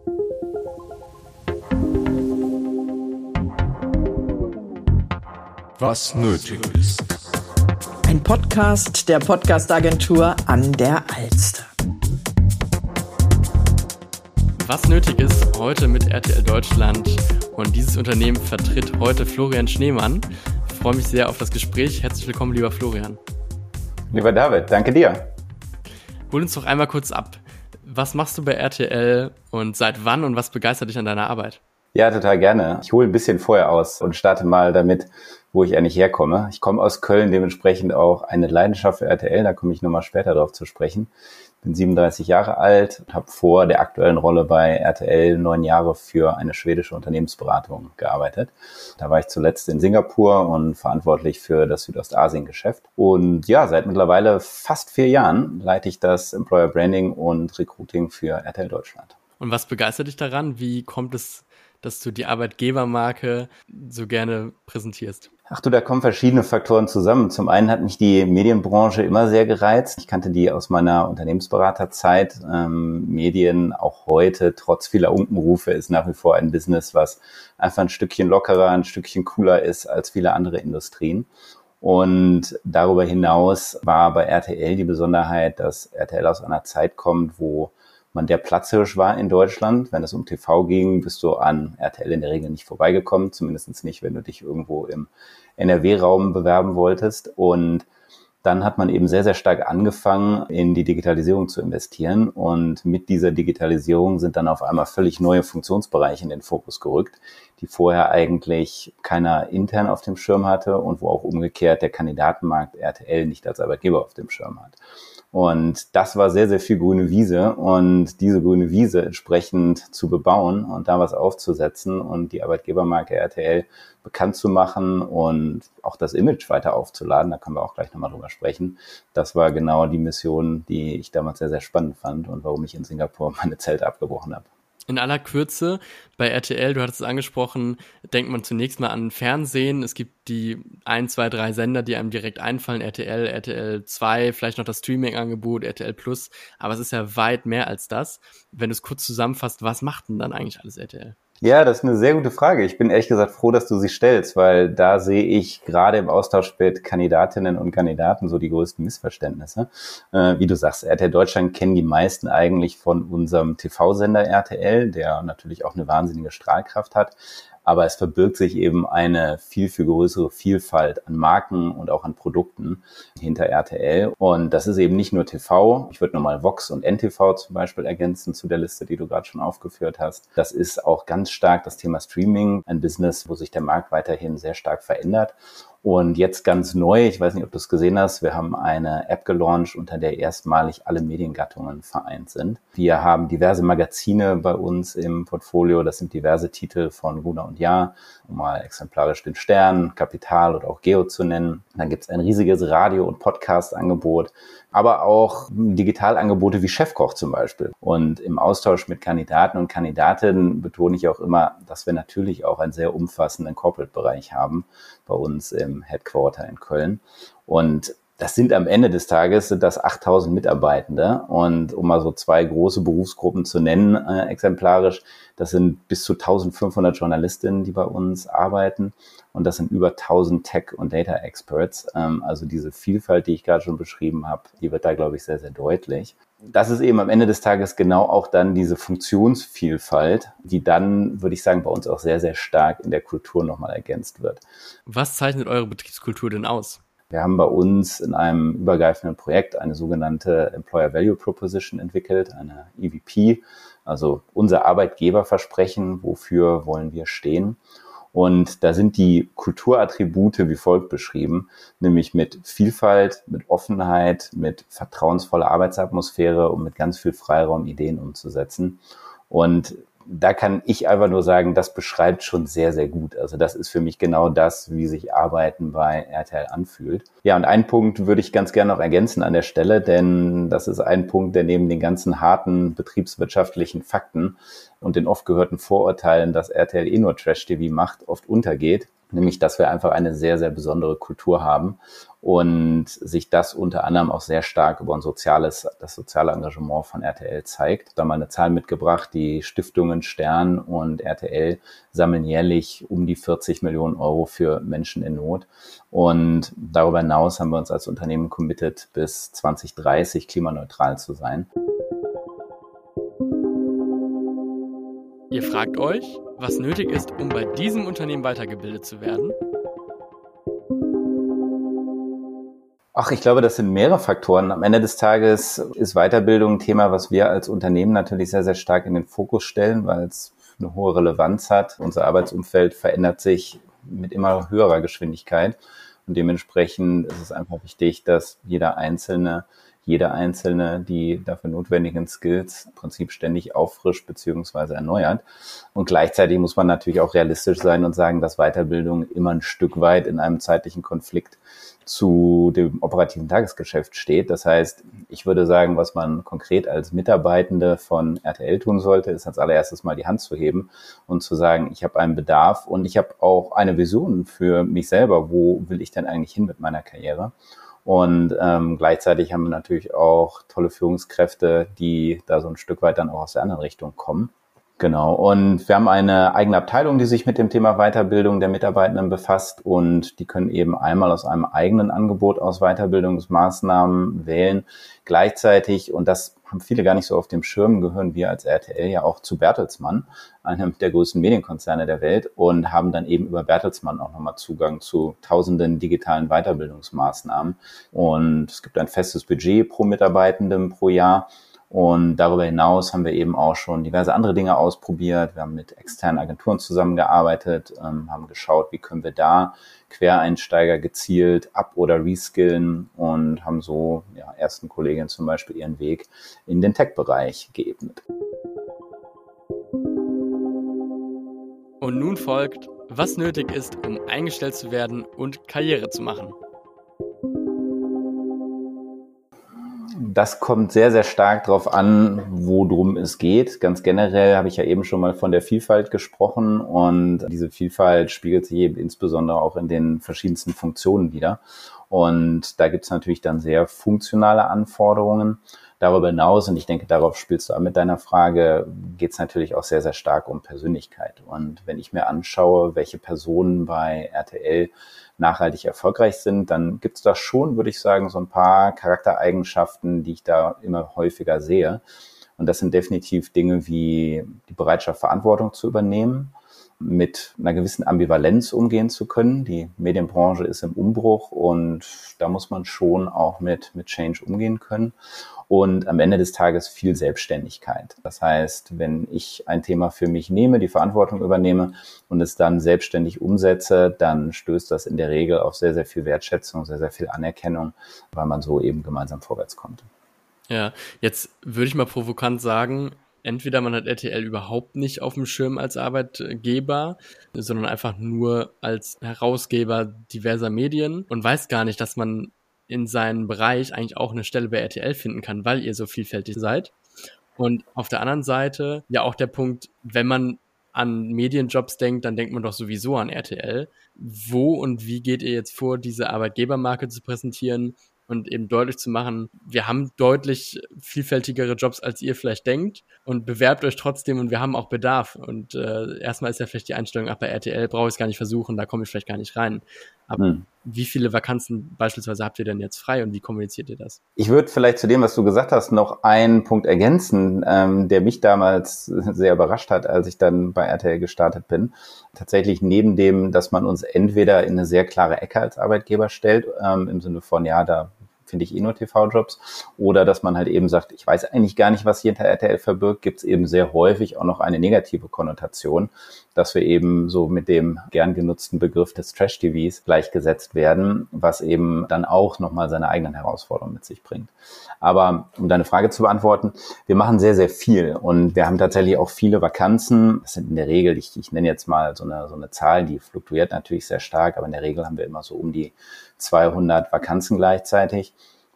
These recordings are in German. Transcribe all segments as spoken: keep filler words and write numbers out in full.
Was nötig ist. Ein Podcast der Podcast-Agentur an der Alster. Was nötig ist, heute mit R T L Deutschland, und dieses Unternehmen vertritt heute Florian Schneemann. Ich freue mich sehr auf das Gespräch. Herzlich willkommen, lieber Florian. Lieber David, danke dir. Hol uns doch einmal kurz ab. Was machst du bei R T L und seit wann und was begeistert dich an deiner Arbeit? Ja, total gerne. Ich hole ein bisschen vorher aus und starte mal damit, wo ich eigentlich herkomme. Ich komme aus Köln, dementsprechend auch eine Leidenschaft für R T L, da komme ich nochmal später drauf zu sprechen. Bin siebenunddreißig Jahre alt, habe vor der aktuellen Rolle bei R T L neun Jahre für eine schwedische Unternehmensberatung gearbeitet. Da war ich zuletzt in Singapur und verantwortlich für das Südostasien-Geschäft. Und ja, seit mittlerweile fast vier Jahren leite ich das Employer Branding und Recruiting für R T L Deutschland. Und was begeistert dich daran? Wie kommt es, dass du die Arbeitgebermarke so gerne präsentierst? Ach du, da kommen verschiedene Faktoren zusammen. Zum einen hat mich die Medienbranche immer sehr gereizt. Ich kannte die aus meiner Unternehmensberaterzeit. Ähm, Medien auch heute, trotz vieler Unkenrufe, ist nach wie vor ein Business, was einfach ein Stückchen lockerer, ein Stückchen cooler ist als viele andere Industrien. Und darüber hinaus war bei R T L die Besonderheit, dass R T L aus einer Zeit kommt, wo man der Platzhirsch war in Deutschland. Wenn es um T V ging, bist du an R T L in der Regel nicht vorbeigekommen, zumindest nicht, wenn du dich irgendwo im N R W-Raum bewerben wolltest. Und dann hat man eben sehr, sehr stark angefangen, in die Digitalisierung zu investieren. Und mit dieser Digitalisierung sind dann auf einmal völlig neue Funktionsbereiche in den Fokus gerückt, die vorher eigentlich keiner intern auf dem Schirm hatte und wo auch umgekehrt der Kandidatenmarkt R T L nicht als Arbeitgeber auf dem Schirm hat. Und das war sehr, sehr viel grüne Wiese, und diese grüne Wiese entsprechend zu bebauen und da was aufzusetzen und die Arbeitgebermarke R T L bekannt zu machen und auch das Image weiter aufzuladen, da können wir auch gleich nochmal drüber sprechen. Das war genau die Mission, die ich damals sehr, sehr spannend fand und warum ich in Singapur meine Zelte abgebrochen habe. In aller Kürze, bei R T L, du hattest es angesprochen, denkt man zunächst mal an Fernsehen. Es gibt die ein, zwei, drei Sender, die einem direkt einfallen. R T L, R T L zwei, vielleicht noch das Streaming-Angebot, R T L Plus. Aber es ist ja weit mehr als das. Wenn du es kurz zusammenfasst, was macht denn dann eigentlich alles R T L? Ja, das ist eine sehr gute Frage. Ich bin ehrlich gesagt froh, dass du sie stellst, weil da sehe ich gerade im Austausch mit Kandidatinnen und Kandidaten so die größten Missverständnisse. Äh, wie du sagst, R T L Deutschland kennen die meisten eigentlich von unserem T V-Sender R T L, der natürlich auch eine wahnsinnige Strahlkraft hat. Aber es verbirgt sich eben eine viel, viel größere Vielfalt an Marken und auch an Produkten hinter R T L. Und das ist eben nicht nur T V. Ich würde nochmal Vox und N T V zum Beispiel ergänzen zu der Liste, die du gerade schon aufgeführt hast. Das ist auch ganz stark das Thema Streaming, ein Business, wo sich der Markt weiterhin sehr stark verändert. Und jetzt ganz neu, ich weiß nicht, ob du es gesehen hast, wir haben eine App gelauncht, unter der erstmalig alle Mediengattungen vereint sind. Wir haben diverse Magazine bei uns im Portfolio, das sind diverse Titel von Gruner und Jahr, um mal exemplarisch den Stern, Kapital oder auch Geo zu nennen. Dann gibt es ein riesiges Radio- und Podcast-Angebot, aber auch Digitalangebote wie Chefkoch zum Beispiel. Und im Austausch mit Kandidaten und Kandidatinnen betone ich auch immer, dass wir natürlich auch einen sehr umfassenden Corporate-Bereich haben bei uns im Headquarter in Köln. Und das sind am Ende des Tages sind das achttausend Mitarbeitende. Und um mal so zwei große Berufsgruppen zu nennen, äh, exemplarisch, das sind bis zu eintausendfünfhundert Journalistinnen, die bei uns arbeiten. Und das sind über tausend Tech- und Data-Experts. Ähm, also diese Vielfalt, die ich gerade schon beschrieben habe, die wird da, glaube ich, sehr, sehr deutlich. Das ist eben am Ende des Tages genau auch dann diese Funktionsvielfalt, die dann, würde ich sagen, bei uns auch sehr, sehr stark in der Kultur nochmal ergänzt wird. Was zeichnet eure Betriebskultur denn aus? Wir haben bei uns in einem übergreifenden Projekt eine sogenannte Employer Value Proposition entwickelt, eine E V P, also unser Arbeitgeberversprechen, wofür wollen wir stehen. Und da sind die Kulturattribute wie folgt beschrieben, nämlich mit Vielfalt, mit Offenheit, mit vertrauensvoller Arbeitsatmosphäre und mit ganz viel Freiraum, Ideen umzusetzen. Und da kann ich einfach nur sagen, das beschreibt schon sehr, sehr gut. Also das ist für mich genau das, wie sich Arbeiten bei R T L anfühlt. Ja, und einen Punkt würde ich ganz gerne noch ergänzen an der Stelle, denn das ist ein Punkt, der neben den ganzen harten betriebswirtschaftlichen Fakten und den oft gehörten Vorurteilen, dass R T L eh nur Trash-T V macht, oft untergeht. nämlich dass wir einfach eine sehr, sehr besondere Kultur haben und sich das unter anderem auch sehr stark über ein soziales, das soziale Engagement von R T L zeigt. Da mal eine Zahl mitgebracht, die Stiftungen Stern und R T L sammeln jährlich um die vierzig Millionen Euro für Menschen in Not. Und darüber hinaus haben wir uns als Unternehmen committed, bis zwanzig dreißig klimaneutral zu sein. Ihr fragt euch, was nötig ist, um bei diesem Unternehmen weitergebildet zu werden? Ach, ich glaube, das sind mehrere Faktoren. Am Ende des Tages ist Weiterbildung ein Thema, was wir als Unternehmen natürlich sehr, sehr stark in den Fokus stellen, weil es eine hohe Relevanz hat. Unser Arbeitsumfeld verändert sich mit immer höherer Geschwindigkeit und dementsprechend ist es einfach wichtig, dass jeder Einzelne, jede Einzelne die dafür notwendigen Skills im Prinzip ständig auffrischt bzw. erneuert. Und gleichzeitig muss man natürlich auch realistisch sein und sagen, dass Weiterbildung immer ein Stück weit in einem zeitlichen Konflikt zu dem operativen Tagesgeschäft steht. Das heißt, ich würde sagen, was man konkret als Mitarbeitende von R T L tun sollte, ist als allererstes mal die Hand zu heben und zu sagen, ich habe einen Bedarf und ich habe auch eine Vision für mich selber. Wo will ich denn eigentlich hin mit meiner Karriere? Und ähm, gleichzeitig haben wir natürlich auch tolle Führungskräfte, die da so ein Stück weit dann auch aus der anderen Richtung kommen. Genau. Und wir haben eine eigene Abteilung, die sich mit dem Thema Weiterbildung der Mitarbeitenden befasst und die können eben einmal aus einem eigenen Angebot aus Weiterbildungsmaßnahmen wählen. Gleichzeitig, und das haben viele gar nicht so auf dem Schirm, gehören wir als R T L ja auch zu Bertelsmann, einem der größten Medienkonzerne der Welt, und haben dann eben über Bertelsmann auch nochmal Zugang zu tausenden digitalen Weiterbildungsmaßnahmen. Und es gibt ein festes Budget pro Mitarbeitenden pro Jahr. Und darüber hinaus haben wir eben auch schon diverse andere Dinge ausprobiert. Wir haben mit externen Agenturen zusammengearbeitet, ähm, haben geschaut, wie können wir da Quereinsteiger gezielt up- oder reskillen und haben so ja, ersten Kolleginnen zum Beispiel ihren Weg in den Tech-Bereich geebnet. Und nun folgt, was nötig ist, um eingestellt zu werden und Karriere zu machen. Das kommt sehr, sehr stark darauf an, worum es geht. Ganz generell habe ich ja eben schon mal von der Vielfalt gesprochen und diese Vielfalt spiegelt sich eben insbesondere auch in den verschiedensten Funktionen wider. Und da gibt es natürlich dann sehr funktionale Anforderungen. Darüber hinaus, und ich denke, darauf spielst du an mit deiner Frage, geht es natürlich auch sehr, sehr stark um Persönlichkeit. Und wenn ich mir anschaue, welche Personen bei R T L nachhaltig erfolgreich sind, dann gibt es da schon, würde ich sagen, so ein paar Charaktereigenschaften, die ich da immer häufiger sehe. Und das sind definitiv Dinge wie die Bereitschaft, Verantwortung zu übernehmen, mit einer gewissen Ambivalenz umgehen zu können. Die Medienbranche ist im Umbruch und da muss man schon auch mit, mit Change umgehen können. Und am Ende des Tages viel Selbstständigkeit. Das heißt, wenn ich ein Thema für mich nehme, die Verantwortung übernehme und es dann selbstständig umsetze, dann stößt das in der Regel auf sehr, sehr viel Wertschätzung, sehr, sehr viel Anerkennung, weil man so eben gemeinsam vorwärts kommt. Ja, jetzt würde ich mal provokant sagen, entweder man hat R T L überhaupt nicht auf dem Schirm als Arbeitgeber, sondern einfach nur als Herausgeber diverser Medien und weiß gar nicht, dass man in seinem Bereich eigentlich auch eine Stelle bei R T L finden kann, weil ihr so vielfältig seid. Und auf der anderen Seite ja auch der Punkt, wenn man an Medienjobs denkt, dann denkt man doch sowieso an R T L. Wo und wie geht ihr jetzt vor, diese Arbeitgebermarke zu präsentieren und eben deutlich zu machen, wir haben deutlich vielfältigere Jobs, als ihr vielleicht denkt, und bewerbt euch trotzdem und wir haben auch Bedarf. Und äh, erstmal ist ja vielleicht die Einstellung, ach, bei R T L brauche ich es gar nicht versuchen, da komme ich vielleicht gar nicht rein. Aber hm. wie viele Vakanzen beispielsweise habt ihr denn jetzt frei und wie kommuniziert ihr das? Ich würde vielleicht zu dem, was du gesagt hast, noch einen Punkt ergänzen, ähm, der mich damals sehr überrascht hat, als ich dann bei R T L gestartet bin. Tatsächlich neben dem, dass man uns entweder in eine sehr klare Ecke als Arbeitgeber stellt, ähm, im Sinne von, ja, da finde ich eh nur T V-Jobs, oder dass man halt eben sagt, ich weiß eigentlich gar nicht, was hier hinter R T L verbirgt, gibt es eben sehr häufig auch noch eine negative Konnotation, dass wir eben so mit dem gern genutzten Begriff des Trash-T Vs gleichgesetzt werden, was eben dann auch nochmal seine eigenen Herausforderungen mit sich bringt. Aber um deine Frage zu beantworten, wir machen sehr, sehr viel und wir haben tatsächlich auch viele Vakanzen. Das sind in der Regel, ich, ich nenne jetzt mal so eine, so eine Zahl, die fluktuiert natürlich sehr stark, aber in der Regel haben wir immer so um die zweihundert Vakanzen gleichzeitig.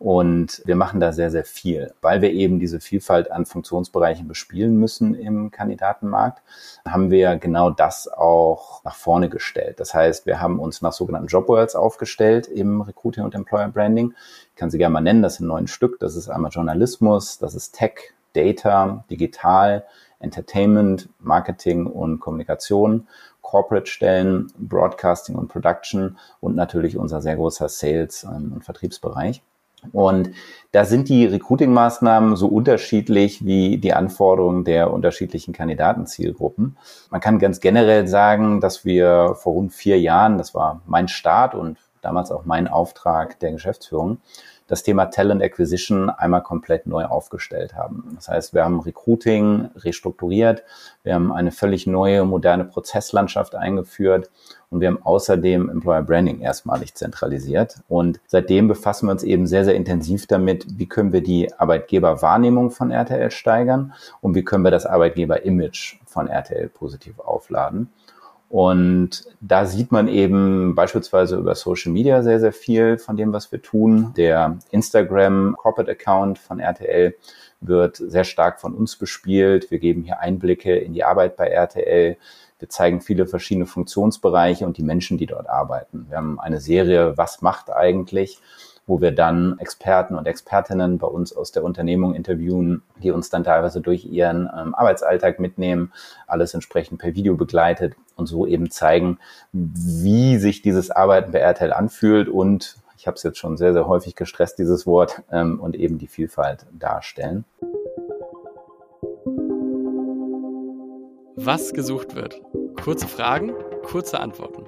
Und wir machen da sehr, sehr viel, weil wir eben diese Vielfalt an Funktionsbereichen bespielen müssen im Kandidatenmarkt, haben wir genau das auch nach vorne gestellt. Das heißt, wir haben uns nach sogenannten Jobworlds aufgestellt im Recruiting und Employer Branding. Ich kann sie gerne mal nennen, das sind neun Stück. Das ist einmal Journalismus, das ist Tech, Data, Digital, Entertainment, Marketing und Kommunikation, Corporate-Stellen, Broadcasting und Production und natürlich unser sehr großer Sales- und Vertriebsbereich. Und da sind die Recruiting-Maßnahmen so unterschiedlich wie die Anforderungen der unterschiedlichen Kandidatenzielgruppen. Man kann ganz generell sagen, dass wir vor rund vier Jahren, das war mein Start und damals auch mein Auftrag der Geschäftsführung, das Thema Talent Acquisition einmal komplett neu aufgestellt haben. Das heißt, wir haben Recruiting restrukturiert, wir haben eine völlig neue, moderne Prozesslandschaft eingeführt und wir haben außerdem Employer Branding erstmalig zentralisiert. Und seitdem befassen wir uns eben sehr, sehr intensiv damit, wie können wir die Arbeitgeberwahrnehmung von R T L steigern und wie können wir das Arbeitgeber-Image von R T L positiv aufladen. Und da sieht man eben beispielsweise über Social Media sehr, sehr viel von dem, was wir tun. Der Instagram Corporate Account von R T L wird sehr stark von uns bespielt. Wir geben hier Einblicke in die Arbeit bei R T L. Wir zeigen viele verschiedene Funktionsbereiche und die Menschen, die dort arbeiten. Wir haben eine Serie Was macht eigentlich?, wo wir dann Experten und Expertinnen bei uns aus der Unternehmung interviewen, die uns dann teilweise durch ihren ähm, Arbeitsalltag mitnehmen, alles entsprechend per Video begleitet und so eben zeigen, wie sich dieses Arbeiten bei R T L anfühlt und, ich habe es jetzt schon sehr, sehr häufig gestresst, dieses Wort, ähm, und eben die Vielfalt darstellen. Was gesucht wird. Kurze Fragen, kurze Antworten.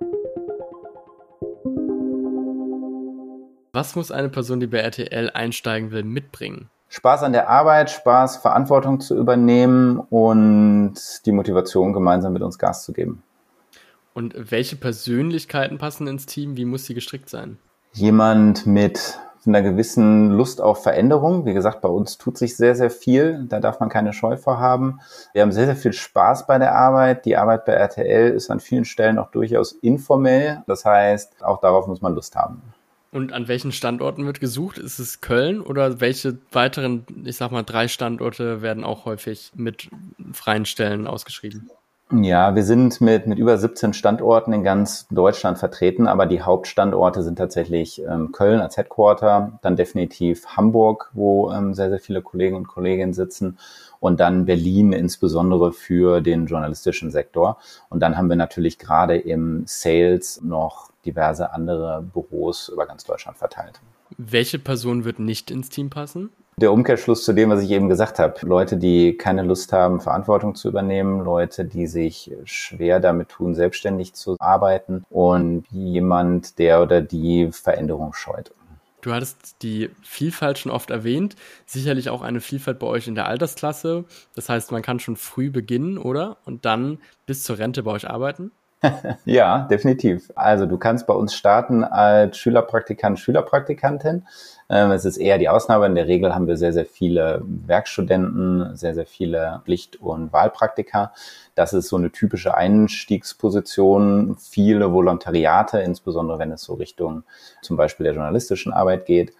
Was muss eine Person, die bei R T L einsteigen will, mitbringen? Spaß an der Arbeit, Spaß, Verantwortung zu übernehmen und die Motivation, gemeinsam mit uns Gas zu geben. Und welche Persönlichkeiten passen ins Team? Wie muss sie gestrickt sein? Jemand mit einer gewissen Lust auf Veränderung. Wie gesagt, bei uns tut sich sehr, sehr viel. Da darf man keine Scheu vor haben. Wir haben sehr, sehr viel Spaß bei der Arbeit. Die Arbeit bei R T L ist an vielen Stellen auch durchaus informell. Das heißt, auch darauf muss man Lust haben. Und an welchen Standorten wird gesucht? Ist es Köln oder welche weiteren, ich sag mal, drei Standorte werden auch häufig mit freien Stellen ausgeschrieben? Ja, wir sind mit mit über siebzehn Standorten in ganz Deutschland vertreten, aber die Hauptstandorte sind tatsächlich ähm, Köln als Headquarter, dann definitiv Hamburg, wo ähm, sehr, sehr viele Kollegen und Kolleginnen sitzen und dann Berlin insbesondere für den journalistischen Sektor. Und dann haben wir natürlich gerade im Sales noch diverse andere Büros über ganz Deutschland verteilt. Welche Person wird nicht ins Team passen? Der Umkehrschluss zu dem, was ich eben gesagt habe. Leute, die keine Lust haben, Verantwortung zu übernehmen, Leute, die sich schwer damit tun, selbstständig zu arbeiten und jemand, der oder die Veränderung scheut. Du hattest die Vielfalt schon oft erwähnt, sicherlich auch eine Vielfalt bei euch in der Altersklasse. Das heißt, man kann schon früh beginnen, oder? Und dann bis zur Rente bei euch arbeiten? Ja, definitiv. Also du kannst bei uns starten als Schülerpraktikant, Schülerpraktikantin. Ähm, es ist eher die Ausnahme. In der Regel haben wir sehr, sehr viele Werkstudenten, sehr, sehr viele Pflicht- und Wahlpraktika. Das ist so eine typische Einstiegsposition. Viele Volontariate, insbesondere wenn es so Richtung zum Beispiel der journalistischen Arbeit geht.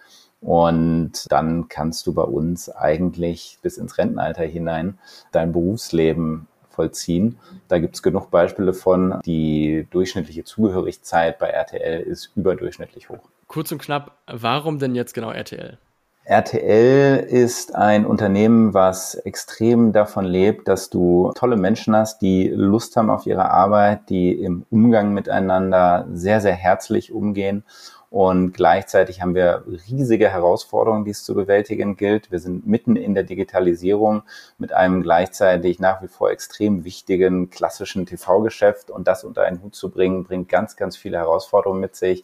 Und dann kannst du bei uns eigentlich bis ins Rentenalter hinein dein Berufsleben vollziehen. Da gibt es genug Beispiele von. Die durchschnittliche Zugehörigkeit bei R T L ist überdurchschnittlich hoch. Kurz und knapp, warum denn jetzt genau R T L? R T L ist ein Unternehmen, was extrem davon lebt, dass du tolle Menschen hast, die Lust haben auf ihre Arbeit, die im Umgang miteinander sehr, sehr herzlich umgehen. Und gleichzeitig haben wir riesige Herausforderungen, die es zu bewältigen gilt. Wir sind mitten in der Digitalisierung mit einem gleichzeitig nach wie vor extrem wichtigen klassischen T V-Geschäft. Und das unter einen Hut zu bringen, bringt ganz, ganz viele Herausforderungen mit sich,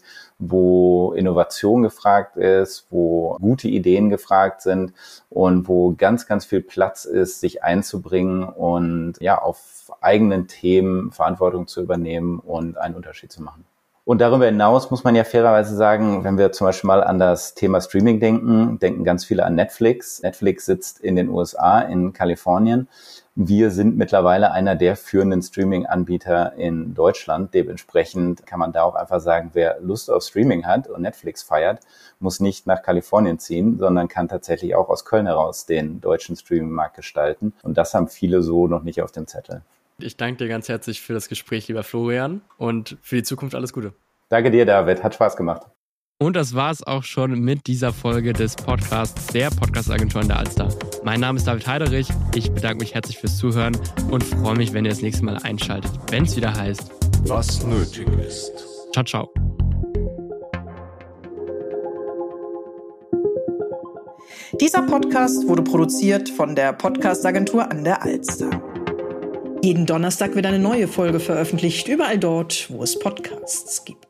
wo Innovation gefragt ist, wo gute Ideen gefragt sind und wo ganz, ganz viel Platz ist, sich einzubringen und ja auf eigenen Themen Verantwortung zu übernehmen und einen Unterschied zu machen. Und darüber hinaus muss man ja fairerweise sagen, wenn wir zum Beispiel mal an das Thema Streaming denken, denken ganz viele an Netflix. Netflix sitzt in den U S A, in Kalifornien. Wir sind mittlerweile einer der führenden Streaming-Anbieter in Deutschland. Dementsprechend kann man da auch einfach sagen, wer Lust auf Streaming hat und Netflix feiert, muss nicht nach Kalifornien ziehen, sondern kann tatsächlich auch aus Köln heraus den deutschen Streaming-Markt gestalten. Und das haben viele so noch nicht auf dem Zettel. Ich danke dir ganz herzlich für das Gespräch, lieber Florian, und für die Zukunft alles Gute. Danke dir, David. Hat Spaß gemacht. Und das war es auch schon mit dieser Folge des Podcasts der Podcast-Agentur an der Alster. Mein Name ist David Heiderich. Ich bedanke mich herzlich fürs Zuhören und freue mich, wenn ihr das nächste Mal einschaltet, wenn es wieder heißt, was nötig ist. Ciao, ciao. Dieser Podcast wurde produziert von der Podcast-Agentur an der Alster. Jeden Donnerstag wird eine neue Folge veröffentlicht, überall dort, wo es Podcasts gibt.